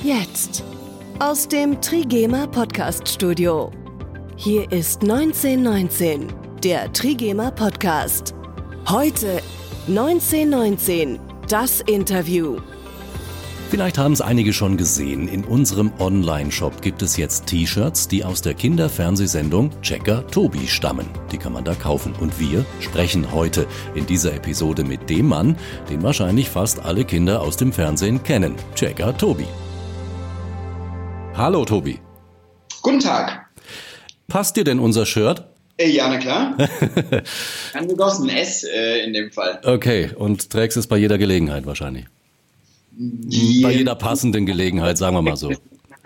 Jetzt aus dem Trigema Podcast Studio. Hier ist 1919, der Trigema Podcast. Heute 1919, das Interview. Vielleicht haben es einige schon gesehen. In unserem Online-Shop gibt es jetzt T-Shirts, die aus der Kinderfernsehsendung Checker Tobi stammen. Die kann man da kaufen. Und wir sprechen heute in dieser Episode mit dem Mann, den wahrscheinlich fast alle Kinder aus dem Fernsehen kennen. Checker Tobi. Hallo Tobi. Guten Tag. Passt dir denn unser Shirt? Ja, na klar. Angegossen, S in dem Fall. Okay, und trägst es bei jeder Gelegenheit wahrscheinlich? Bei jeder passenden Gelegenheit, sagen wir mal so.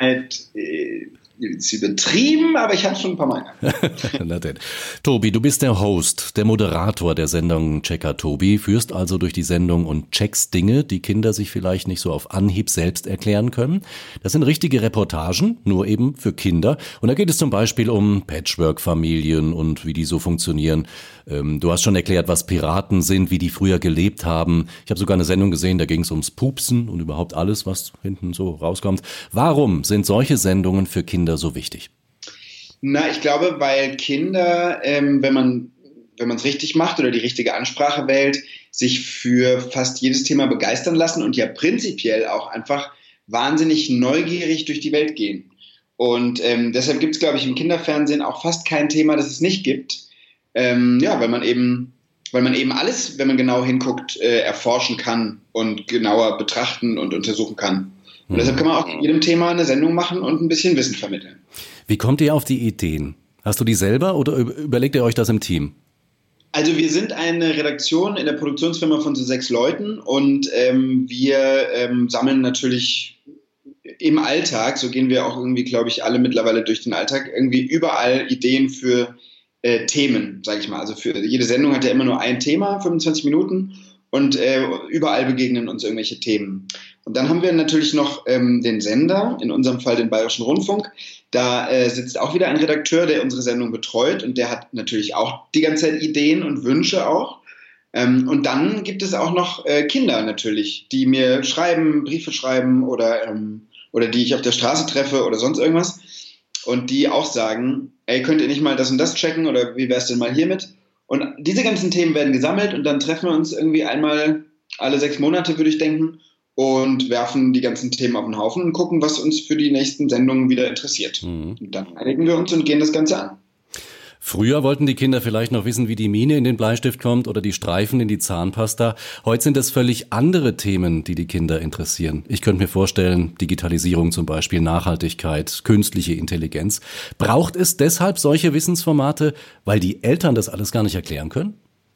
Ist übertrieben, aber ich habe es schon ein paar Mal. Na denn. Tobi, du bist der Host, der Moderator der Sendung Checker Tobi, führst also durch die Sendung und checkst Dinge, die Kinder sich vielleicht nicht so auf Anhieb selbst erklären können. Das sind richtige Reportagen, nur eben für Kinder. Und da geht es zum Beispiel um Patchwork-Familien und wie die so funktionieren. Du hast schon erklärt, was Piraten sind, wie die früher gelebt haben. Ich habe sogar eine Sendung gesehen, da ging es ums Pupsen und überhaupt alles, was hinten so rauskommt. Warum sind solche Sendungen für Kinder so wichtig? Na, ich glaube, weil Kinder, wenn man es richtig macht oder die richtige Ansprache wählt, sich für fast jedes Thema begeistern lassen und ja prinzipiell auch einfach wahnsinnig neugierig durch die Welt gehen. Und deshalb gibt es, glaube ich, im Kinderfernsehen auch fast kein Thema, das es nicht gibt. Weil man eben alles, wenn man genau hinguckt, erforschen kann und genauer betrachten und untersuchen kann. Und deshalb kann man auch jedem Thema eine Sendung machen und ein bisschen Wissen vermitteln. Wie kommt ihr auf die Ideen? Hast du die selber oder überlegt ihr euch das im Team? Also wir sind eine Redaktion in der Produktionsfirma von so 6 Leuten und wir sammeln natürlich im Alltag, so gehen wir auch irgendwie, glaube ich, alle mittlerweile durch den Alltag, irgendwie überall Ideen für Themen, sage ich mal. Also für jede Sendung hat ja immer nur ein Thema, 25 Minuten und überall begegnen uns irgendwelche Themen. Und dann haben wir natürlich noch den Sender, in unserem Fall den Bayerischen Rundfunk. Da sitzt auch wieder ein Redakteur, der unsere Sendung betreut und der hat natürlich auch die ganze Zeit Ideen und Wünsche auch. Und dann gibt es auch noch Kinder natürlich, die mir schreiben, Briefe schreiben oder die ich auf der Straße treffe oder sonst irgendwas. Und die auch sagen, ey, könnt ihr nicht mal das und das checken oder wie wär's denn mal hiermit? Und diese ganzen Themen werden gesammelt und dann treffen wir uns irgendwie einmal alle 6 Monate, würde ich denken, und werfen die ganzen Themen auf den Haufen und gucken, was uns für die nächsten Sendungen wieder interessiert. Und dann einigen wir uns und gehen das Ganze an. Früher wollten die Kinder vielleicht noch wissen, wie die Mine in den Bleistift kommt oder die Streifen in die Zahnpasta. Heute sind es völlig andere Themen, die die Kinder interessieren. Ich könnte mir vorstellen, Digitalisierung zum Beispiel, Nachhaltigkeit, künstliche Intelligenz. Braucht es deshalb solche Wissensformate, weil die Eltern das alles gar nicht erklären können?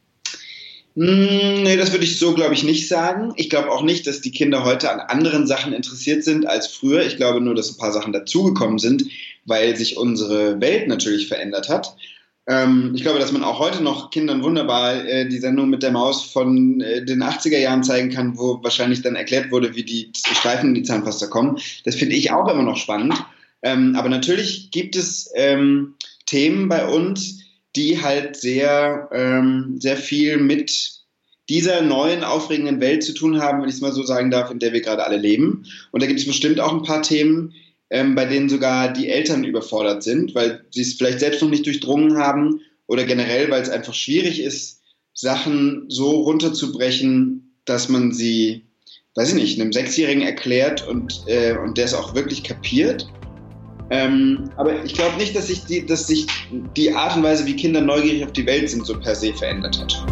Nee, das würde ich so, glaube ich, nicht sagen. Ich glaube auch nicht, dass die Kinder heute an anderen Sachen interessiert sind als früher. Ich glaube nur, dass ein paar Sachen dazugekommen sind, weil sich unsere Welt natürlich verändert hat. Ich glaube, dass man auch heute noch Kindern wunderbar die Sendung mit der Maus von den 80er Jahren zeigen kann, wo wahrscheinlich dann erklärt wurde, wie die Streifen in die Zahnpasta kommen. Das finde ich auch immer noch spannend. Aber natürlich gibt es Themen bei uns, die halt sehr viel mit dieser neuen, aufregenden Welt zu tun haben, wenn ich es mal so sagen darf, in der wir gerade alle leben. Und da gibt es bestimmt auch ein paar Themen, bei denen sogar die Eltern überfordert sind, weil sie es vielleicht selbst noch nicht durchdrungen haben oder generell, weil es einfach schwierig ist, Sachen so runterzubrechen, dass man sie, weiß ich nicht, einem 6-Jährigen erklärt und der es auch wirklich kapiert. Aber ich glaube nicht, dass sich die Art und Weise, wie Kinder neugierig auf die Welt sind, so per se verändert hat.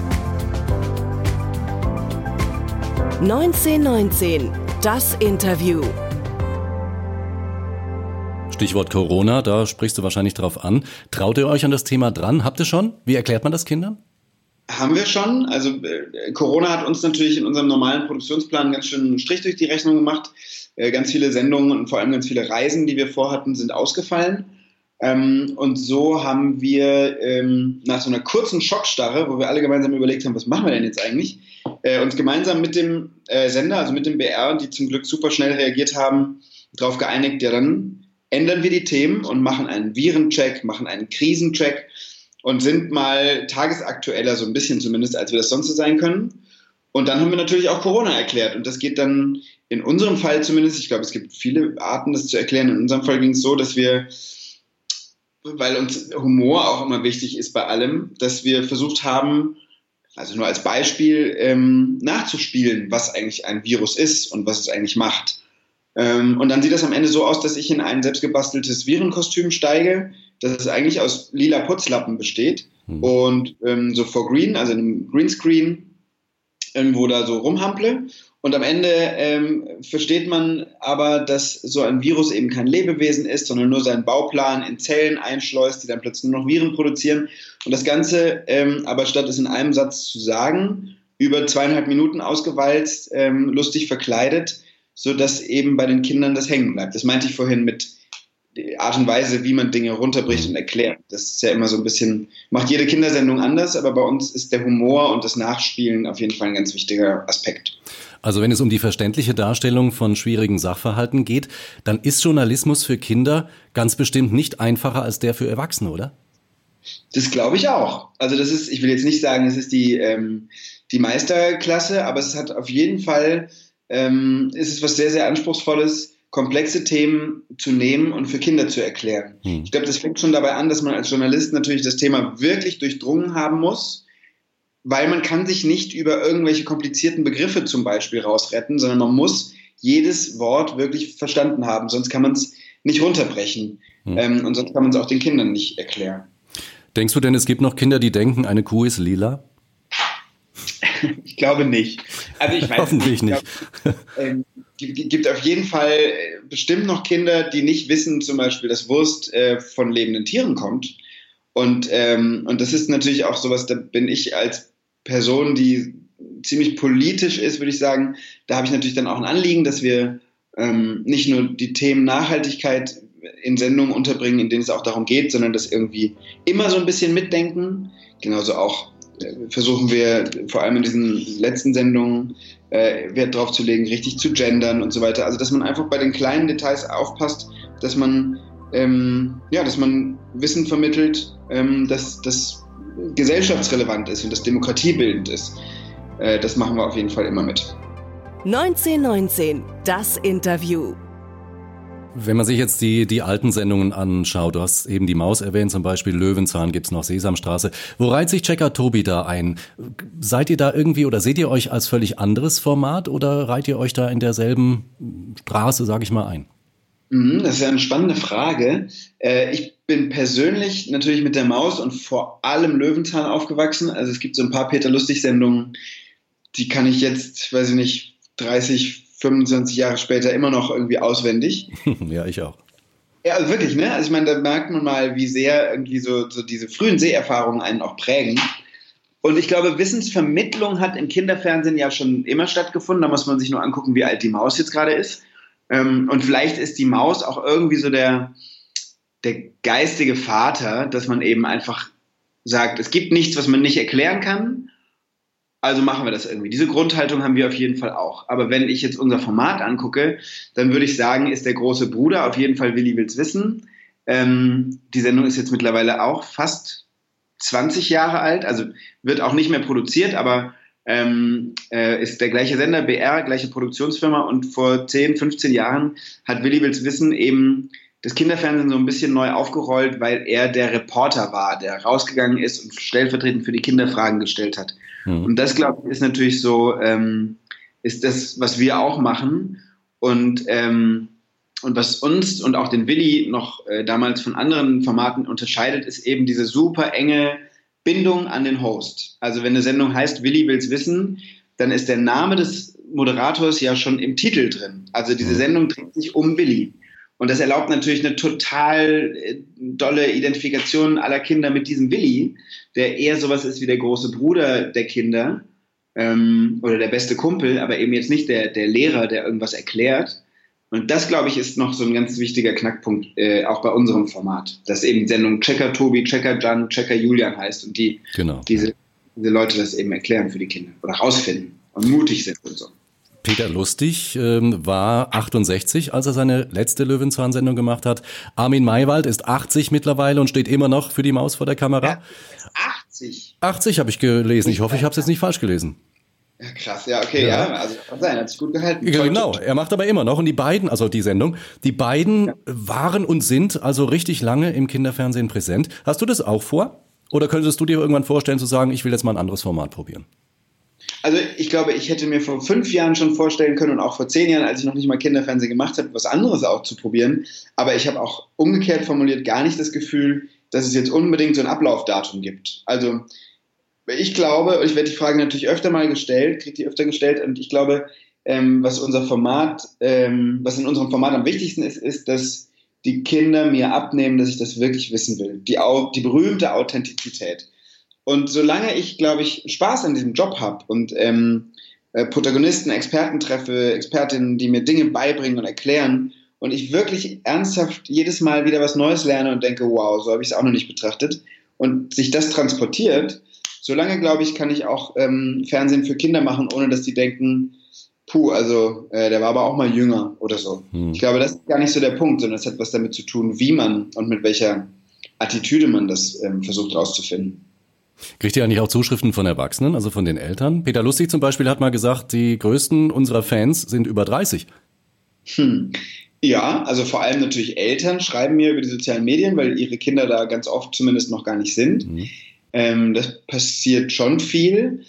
1919, das Interview. Stichwort Corona, da sprichst du wahrscheinlich drauf an. Traut ihr euch an das Thema dran? Habt ihr schon? Wie erklärt man das Kindern? Haben wir schon. Also Corona hat uns natürlich in unserem normalen Produktionsplan ganz schön einen Strich durch die Rechnung gemacht. Ganz viele Sendungen und vor allem ganz viele Reisen, die wir vorhatten, sind ausgefallen. Und so haben wir nach so einer kurzen Schockstarre, wo wir alle gemeinsam überlegt haben, was machen wir denn jetzt eigentlich, uns gemeinsam mit dem Sender, also mit dem BR, die zum Glück super schnell reagiert haben, darauf geeinigt, ja dann ändern wir die Themen und machen einen Virencheck, machen einen Krisencheck und sind mal tagesaktueller, so ein bisschen zumindest, als wir das sonst so sein können. Und dann haben wir natürlich auch Corona erklärt und das geht dann in unserem Fall zumindest, ich glaube, es gibt viele Arten, das zu erklären. In unserem Fall ging es so, dass wir, weil uns Humor auch immer wichtig ist bei allem, dass wir versucht haben, also nur als Beispiel, nachzuspielen, was eigentlich ein Virus ist und was es eigentlich macht. Und dann sieht das am Ende so aus, dass ich in ein selbstgebasteltes Virenkostüm steige, das eigentlich aus lila Putzlappen besteht und so vor Green, also in einem Greenscreen, irgendwo da so rumhample. Und am Ende versteht man aber, dass so ein Virus eben kein Lebewesen ist, sondern nur seinen Bauplan in Zellen einschleust, die dann plötzlich nur noch Viren produzieren. Und das Ganze, aber statt es in einem Satz zu sagen, über 2,5 Minuten ausgewalzt, lustig verkleidet, sodass eben bei den Kindern das hängen bleibt. Das meinte ich vorhin mit der Art und Weise, wie man Dinge runterbricht und erklärt. Das ist ja immer so ein bisschen, macht jede Kindersendung anders, aber bei uns ist der Humor und das Nachspielen auf jeden Fall ein ganz wichtiger Aspekt. Also wenn es um die verständliche Darstellung von schwierigen Sachverhalten geht, dann ist Journalismus für Kinder ganz bestimmt nicht einfacher als der für Erwachsene, oder? Das glaube ich auch. Also das ist, ich will jetzt nicht sagen, es ist die Meisterklasse, aber es hat auf jeden Fall, ist es was sehr, sehr Anspruchsvolles, komplexe Themen zu nehmen und für Kinder zu erklären. Ich glaube, das fängt schon dabei an, dass man als Journalist natürlich das Thema wirklich durchdrungen haben muss, weil man kann sich nicht über irgendwelche komplizierten Begriffe zum Beispiel rausretten, sondern man muss jedes Wort wirklich verstanden haben, sonst kann man es nicht runterbrechen und sonst kann man es auch den Kindern nicht erklären. Denkst du denn, es gibt noch Kinder, die denken, eine Kuh ist lila? Ich glaube nicht. Also ich weiß Hoffentlich nicht. Gibt auf jeden Fall bestimmt noch Kinder, die nicht wissen, zum Beispiel, dass Wurst von lebenden Tieren kommt. Und das ist natürlich auch sowas, da bin ich als Person, die ziemlich politisch ist, würde ich sagen, da habe ich natürlich dann auch ein Anliegen, dass wir nicht nur die Themen Nachhaltigkeit in Sendungen unterbringen, in denen es auch darum geht, sondern das irgendwie immer so ein bisschen mitdenken. Genauso auch versuchen wir vor allem in diesen letzten Sendungen Wert drauf zu legen, richtig zu gendern und so weiter. Also dass man einfach bei den kleinen Details aufpasst, dass man Wissen vermittelt, dass das gesellschaftsrelevant ist und das demokratiebildend ist. Das machen wir auf jeden Fall immer mit. 1919, das Interview. Wenn man sich jetzt die alten Sendungen anschaut, du hast eben die Maus erwähnt, zum Beispiel Löwenzahn, gibt's noch Sesamstraße. Wo reiht sich Checker Tobi da ein? Seid ihr da irgendwie oder seht ihr euch als völlig anderes Format oder reiht ihr euch da in derselben Straße, sag ich mal, ein? Das ist ja eine spannende Frage. Ich bin persönlich natürlich mit der Maus und vor allem Löwenzahn aufgewachsen. Also es gibt so ein paar Peter-Lustig-Sendungen, die kann ich jetzt, weiß ich nicht, 30, 25 Jahre später immer noch irgendwie auswendig. Ja, ich auch. Ja, also wirklich, ne? Also ich meine, da merkt man mal, wie sehr irgendwie so diese frühen Seherfahrungen einen auch prägen. Und ich glaube, Wissensvermittlung hat im Kinderfernsehen ja schon immer stattgefunden. Da muss man sich nur angucken, wie alt die Maus jetzt gerade ist. Und vielleicht ist die Maus auch irgendwie so der geistige Vater, dass man eben einfach sagt, es gibt nichts, was man nicht erklären kann. Also machen wir das irgendwie. Diese Grundhaltung haben wir auf jeden Fall auch. Aber wenn ich jetzt unser Format angucke, dann würde ich sagen, ist der große Bruder auf jeden Fall Willi will's wissen. Die Sendung ist jetzt mittlerweile auch fast 20 Jahre alt, also wird auch nicht mehr produziert, aber ist der gleiche Sender, BR, gleiche Produktionsfirma, und vor 10, 15 Jahren hat Willi will's wissen eben das Kinderfernsehen so ein bisschen neu aufgerollt, weil er der Reporter war, der rausgegangen ist und stellvertretend für die Kinder Fragen gestellt hat. Und das, glaube ich, ist natürlich so, ist das, was wir auch machen. Und was uns und auch den Willi noch damals von anderen Formaten unterscheidet, ist eben diese super enge Bindung an den Host. Also wenn eine Sendung heißt Willi will's wissen, dann ist der Name des Moderators ja schon im Titel drin. Also diese Sendung dreht sich um Willi. Und das erlaubt natürlich eine total dolle Identifikation aller Kinder mit diesem Willi, der eher sowas ist wie der große Bruder der Kinder oder der beste Kumpel, aber eben jetzt nicht der Lehrer, der irgendwas erklärt. Und das, glaube ich, ist noch so ein ganz wichtiger Knackpunkt, auch bei unserem Format, dass eben die Sendung Checker Tobi, Checker Jan, Checker Julian heißt und diese Leute das eben erklären für die Kinder oder rausfinden und mutig sind und so. Peter Lustig war 68, als er seine letzte Löwenzahn-Sendung gemacht hat. Armin Maywald ist 80 mittlerweile und steht immer noch für die Maus vor der Kamera. Ja, 80? 80 habe ich gelesen. Ich hoffe, ich habe es jetzt nicht falsch gelesen. Ja, krass, ja, okay, ja, also kann sein, hat sich gut gehalten. Genau, er macht aber immer noch. Und die beiden, also die Sendung, die beiden waren und sind also richtig lange im Kinderfernsehen präsent. Hast du das auch vor? Oder könntest du dir irgendwann vorstellen zu sagen, ich will jetzt mal ein anderes Format probieren? Also ich glaube, ich hätte mir vor 5 Jahren schon vorstellen können und auch vor 10 Jahren, als ich noch nicht mal Kinderfernsehen gemacht habe, was anderes auch zu probieren. Aber ich habe auch umgekehrt formuliert gar nicht das Gefühl, dass es jetzt unbedingt so ein Ablaufdatum gibt. Also ich glaube, und ich werde die Frage natürlich öfter mal gestellt, kriege die öfter gestellt, und ich glaube, was in unserem Format am wichtigsten ist, ist, dass die Kinder mir abnehmen, dass ich das wirklich wissen will. Die berühmte Authentizität. Und solange ich, glaube ich, Spaß an diesem Job habe und Protagonisten, Experten treffe, Expertinnen, die mir Dinge beibringen und erklären, und ich wirklich ernsthaft jedes Mal wieder was Neues lerne und denke, wow, so habe ich es auch noch nicht betrachtet, und sich das transportiert, solange, glaube ich, kann ich auch Fernsehen für Kinder machen, ohne dass die denken, der war aber auch mal jünger oder so. Ich glaube, das ist gar nicht so der Punkt, sondern es hat was damit zu tun, wie man und mit welcher Attitüde man das versucht rauszufinden. Kriegt ihr eigentlich auch Zuschriften von Erwachsenen, also von den Eltern? Peter Lustig zum Beispiel hat mal gesagt, die größten unserer Fans sind über 30. Ja, also vor allem natürlich Eltern schreiben mir über die sozialen Medien, weil ihre Kinder da ganz oft zumindest noch gar nicht sind. Das passiert schon viel.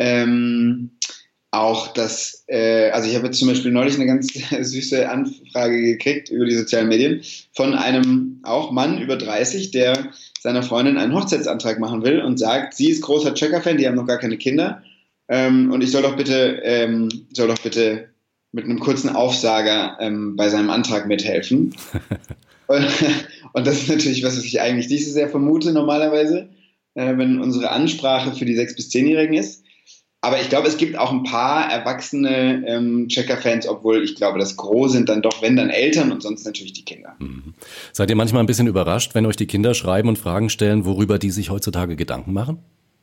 Auch das, also ich habe jetzt zum Beispiel neulich eine ganz süße Anfrage gekriegt über die sozialen Medien von einem auch Mann über 30, der seiner Freundin einen Hochzeitsantrag machen will und sagt, sie ist großer Checker-Fan, die haben noch gar keine Kinder, und ich soll doch bitte mit einem kurzen Aufsager bei seinem Antrag mithelfen. Und das ist natürlich was ich eigentlich nicht so sehr vermute normalerweise, wenn unsere Ansprache für die 6- bis 10-Jährigen ist. Aber ich glaube, es gibt auch ein paar erwachsene Checker-Fans, obwohl ich glaube, das Gros sind dann doch, wenn dann Eltern und sonst natürlich die Kinder. Seid ihr manchmal ein bisschen überrascht, wenn euch die Kinder schreiben und Fragen stellen, worüber die sich heutzutage Gedanken machen?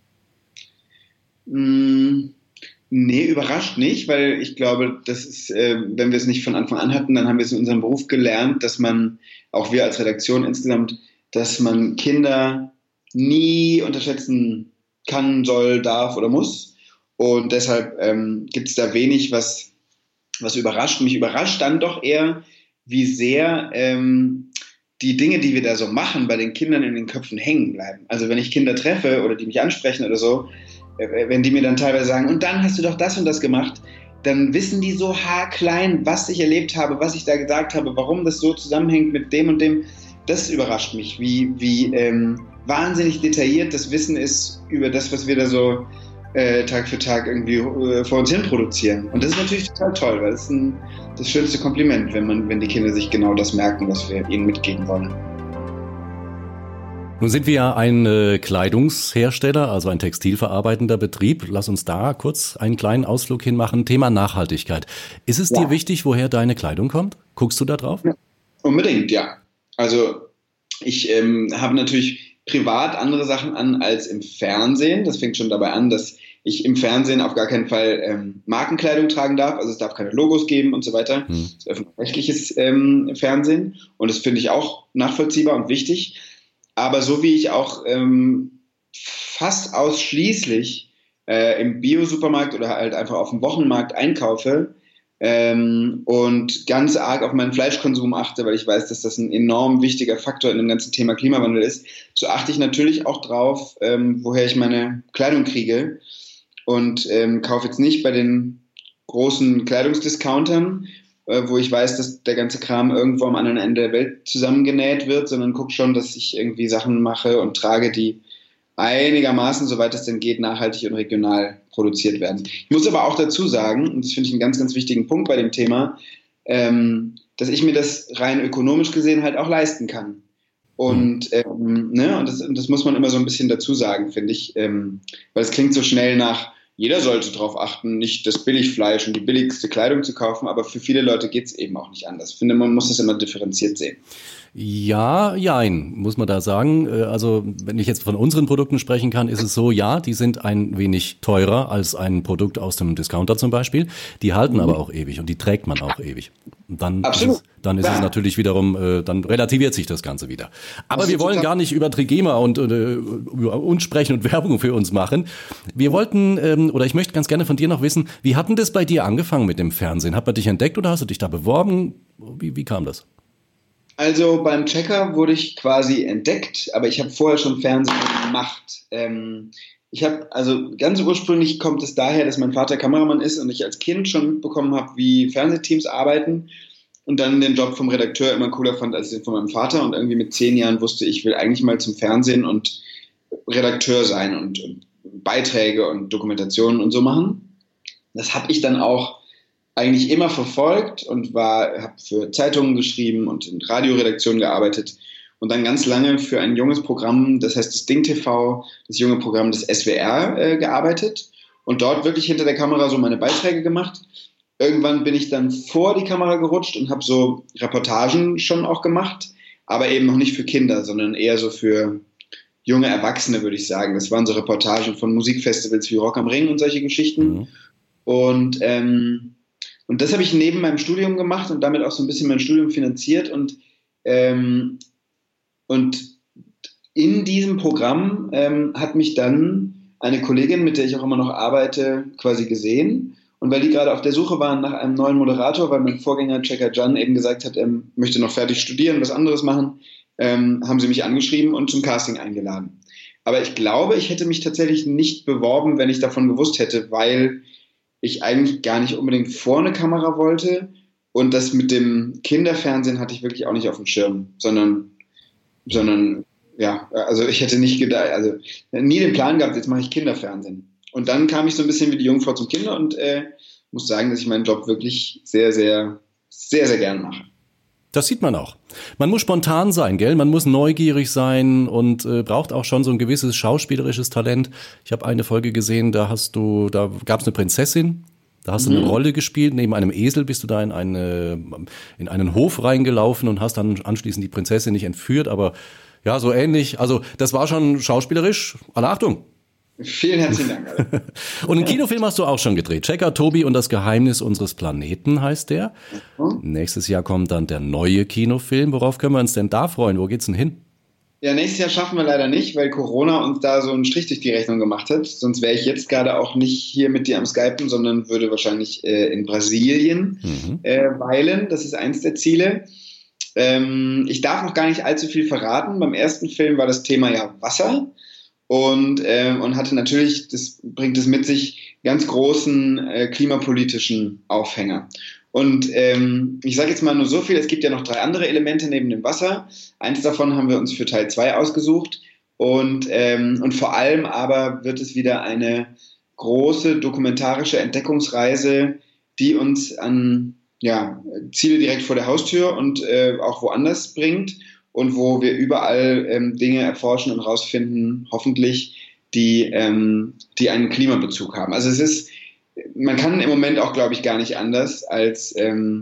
Nee, überrascht nicht, weil ich glaube, das ist, wenn wir es nicht von Anfang an hatten, dann haben wir es in unserem Beruf gelernt, dass man, auch wir als Redaktion insgesamt, dass man Kinder nie unterschätzen kann, soll, darf oder muss. Und deshalb gibt es da wenig, was überrascht. Mich überrascht dann doch eher, wie sehr die Dinge, die wir da so machen, bei den Kindern in den Köpfen hängen bleiben. Also wenn ich Kinder treffe oder die mich ansprechen oder so, wenn die mir dann teilweise sagen, und dann hast du doch das und das gemacht, dann wissen die so haarklein, was ich erlebt habe, was ich da gesagt habe, warum das so zusammenhängt mit dem und dem. Das überrascht mich, wie wahnsinnig detailliert das Wissen ist über das, was wir da so Tag für Tag irgendwie vor uns hin produzieren. Und das ist natürlich total toll, weil das ist das schönste Kompliment, wenn die Kinder sich genau das merken, was wir ihnen mitgeben wollen. Nun sind wir ja ein Kleidungshersteller, also ein textilverarbeitender Betrieb. Lass uns da kurz einen kleinen Ausflug hinmachen. Thema Nachhaltigkeit. Ist es dir wichtig, woher deine Kleidung kommt? Guckst du da drauf? Ja, unbedingt, ja. Also ich habe natürlich privat andere Sachen an als im Fernsehen. Das fängt schon dabei an, dass ich im Fernsehen auf gar keinen Fall Markenkleidung tragen darf. Also es darf keine Logos geben und so weiter. Das ist öffentlich-rechtliches Fernsehen. Und das finde ich auch nachvollziehbar und wichtig. Aber so wie ich auch fast ausschließlich im Bio-Supermarkt oder halt einfach auf dem Wochenmarkt einkaufe und ganz arg auf meinen Fleischkonsum achte, weil ich weiß, dass das ein enorm wichtiger Faktor in dem ganzen Thema Klimawandel ist, so achte ich natürlich auch drauf, woher ich meine Kleidung kriege, und kaufe jetzt nicht bei den großen Kleidungsdiscountern, wo ich weiß, dass der ganze Kram irgendwo am anderen Ende der Welt zusammengenäht wird, sondern gucke schon, dass ich irgendwie Sachen mache und trage, die einigermaßen, soweit es denn geht, nachhaltig und regional produziert werden. Ich muss aber auch dazu sagen, und das finde ich einen ganz, ganz wichtigen Punkt bei dem Thema, dass ich mir das rein ökonomisch gesehen halt auch leisten kann. Und, und das muss man immer so ein bisschen dazu sagen, finde ich, weil es klingt so schnell nach, jeder sollte darauf achten, nicht das Billigfleisch und die billigste Kleidung zu kaufen, aber für viele Leute geht es eben auch nicht anders. Ich finde, man muss das immer differenziert sehen. Ja, jein, muss man da sagen. Also wenn ich jetzt von unseren Produkten sprechen kann, ist es so, ja, die sind ein wenig teurer als ein Produkt aus dem Discounter zum Beispiel. Die halten aber auch ewig und die trägt man auch ewig. Dann Absolut. Dann ist es natürlich wiederum, dann relativiert sich das Ganze wieder. Aber wir wollen gar nicht über Trigema und über uns sprechen und Werbung für uns machen. Wir wollten, oder ich möchte ganz gerne von dir noch wissen, wie hat denn das bei dir angefangen mit dem Fernsehen? Hat man dich entdeckt oder hast du dich da beworben? Wie kam das? Also beim Checker wurde ich quasi entdeckt, aber ich habe vorher schon Fernsehen gemacht. Also ganz ursprünglich kommt es daher, dass mein Vater Kameramann ist und ich als Kind schon mitbekommen habe, wie Fernsehteams arbeiten und dann den Job vom Redakteur immer cooler fand als den von meinem Vater und irgendwie mit 10 Jahren wusste ich, will eigentlich mal zum Fernsehen und Redakteur sein und Beiträge und Dokumentationen und so machen. Das habe ich dann auch eigentlich immer verfolgt und habe für Zeitungen geschrieben und in Radioredaktionen gearbeitet. Und dann ganz lange für ein junges Programm, das heißt das Ding TV, das junge Programm des SWR gearbeitet und dort wirklich hinter der Kamera so meine Beiträge gemacht. Irgendwann bin ich dann vor die Kamera gerutscht und habe so Reportagen schon auch gemacht, aber eben noch nicht für Kinder, sondern eher so für junge Erwachsene, würde ich sagen. Das waren so Reportagen von Musikfestivals wie Rock am Ring und solche Geschichten. Und das habe ich neben meinem Studium gemacht und damit auch so ein bisschen mein Studium finanziert und in diesem Programm hat mich dann eine Kollegin, mit der ich auch immer noch arbeite, quasi gesehen. Und weil die gerade auf der Suche waren nach einem neuen Moderator, weil mein Vorgänger Checker Can eben gesagt hat, er möchte noch fertig studieren, was anderes machen, haben sie mich angeschrieben und zum Casting eingeladen. Aber ich glaube, ich hätte mich tatsächlich nicht beworben, wenn ich davon gewusst hätte, weil ich eigentlich gar nicht unbedingt vor eine Kamera wollte. Und das mit dem Kinderfernsehen hatte ich wirklich auch nicht auf dem Schirm, sondern ja, also ich hätte nicht gedacht, also nie den Plan gehabt, jetzt mache ich Kinderfernsehen. Und dann kam ich so ein bisschen wie die Jungfrau zum Kinder und muss sagen, dass ich meinen Job wirklich sehr, sehr, sehr, sehr gern mache. Das sieht man auch. Man muss spontan sein, gell? Man muss neugierig sein und braucht auch schon so ein gewisses schauspielerisches Talent. Ich habe eine Folge gesehen, da gab es eine Prinzessin. Da hast du eine Rolle gespielt, neben einem Esel bist du da in einen Hof reingelaufen und hast dann anschließend die Prinzessin nicht entführt, aber ja, so ähnlich. Also das war schon schauspielerisch. Alle Achtung. Vielen herzlichen Dank. Und einen Kinofilm hast du auch schon gedreht. Checker Tobi und das Geheimnis unseres Planeten heißt der. Nächstes Jahr kommt dann der neue Kinofilm. Worauf können wir uns denn da freuen? Wo geht's denn hin? Ja, nächstes Jahr schaffen wir leider nicht, weil Corona uns da so einen Strich durch die Rechnung gemacht hat. Sonst wäre ich jetzt gerade auch nicht hier mit dir am Skypen, sondern würde wahrscheinlich in Brasilien weilen. Das ist eins der Ziele. Ich darf noch gar nicht allzu viel verraten. Beim ersten Film war das Thema ja Wasser und hatte natürlich, das bringt es mit sich, ganz großen klimapolitischen Aufhänger. Und ich sage jetzt mal nur so viel, es gibt ja noch 3 andere Elemente neben dem Wasser. Eins davon haben wir uns für Teil 2 ausgesucht. Und vor allem aber wird es wieder eine große dokumentarische Entdeckungsreise, die uns an Ziele direkt vor der Haustür und auch woanders bringt und wo wir überall Dinge erforschen und rausfinden, hoffentlich, die einen Klimabezug haben. Also man kann im Moment auch, glaube ich, gar nicht anders, als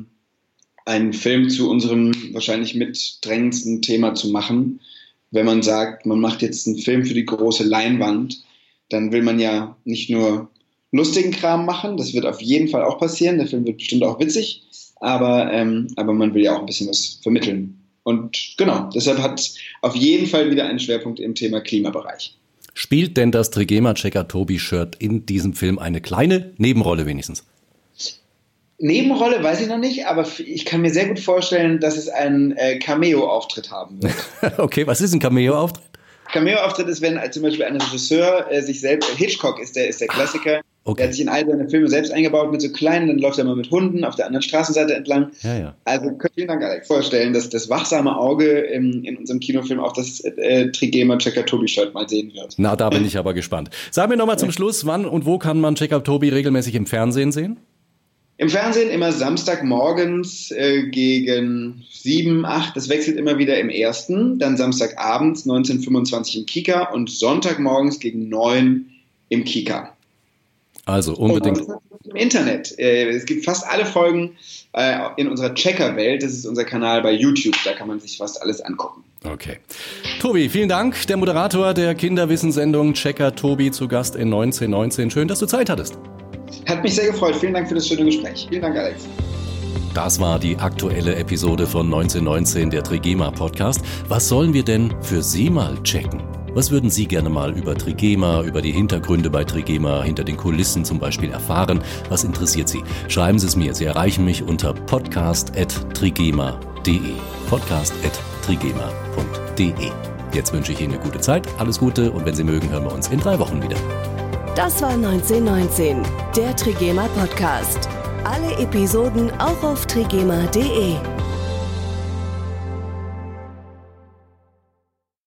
einen Film zu unserem wahrscheinlich mitdrängendsten Thema zu machen. Wenn man sagt, man macht jetzt einen Film für die große Leinwand, dann will man ja nicht nur lustigen Kram machen, das wird auf jeden Fall auch passieren, der Film wird bestimmt auch witzig, aber man will ja auch ein bisschen was vermitteln. Und genau, deshalb hat auf jeden Fall wieder einen Schwerpunkt im Thema Klimabereich. Spielt denn das Trigema Checker Tobi Shirt in diesem Film eine kleine Nebenrolle wenigstens? Nebenrolle weiß ich noch nicht, aber ich kann mir sehr gut vorstellen, dass es einen Cameo-Auftritt haben wird. Okay, was ist ein Cameo-Auftritt? Cameo-Auftritt ist, wenn zum Beispiel ein Regisseur sich selbst, Hitchcock ist der Klassiker, okay. Der hat sich in all seine Filme selbst eingebaut mit so kleinen, dann läuft er mal mit Hunden auf der anderen Straßenseite entlang. Ja. Also vielen Dank, Alex. Vorstellen, dass das wachsame Auge in unserem Kinofilm auch das Trigema Checker Tobi Shirt mal sehen wird. Na, da bin ich aber gespannt. Sag mir nochmal zum Schluss, wann und wo kann man Checker Tobi regelmäßig im Fernsehen sehen? Im Fernsehen immer Samstagmorgens gegen 7, 8, das wechselt immer wieder im ersten, dann Samstagabends 19:25 im Kika und Sonntagmorgens gegen 9 im Kika. Also unbedingt. Und im Internet. Es gibt fast alle Folgen in unserer Checker-Welt. Das ist unser Kanal bei YouTube. Da kann man sich fast alles angucken. Okay. Tobi, vielen Dank. Der Moderator der Kinderwissenssendung Checker Tobi zu Gast in 1919. Schön, dass du Zeit hattest. Hat mich sehr gefreut. Vielen Dank für das schöne Gespräch. Vielen Dank, Alex. Das war die aktuelle Episode von 1919, der Trigema Podcast. Was sollen wir denn für Sie mal checken? Was würden Sie gerne mal über Trigema, über die Hintergründe bei Trigema, hinter den Kulissen zum Beispiel erfahren? Was interessiert Sie? Schreiben Sie es mir. Sie erreichen mich unter podcast@trigema.de. podcast@trigema.de. Jetzt wünsche ich Ihnen eine gute Zeit, alles Gute und wenn Sie mögen, hören wir uns in 3 Wochen wieder. Das war 1919, der Trigema Podcast. Alle Episoden auch auf trigema.de.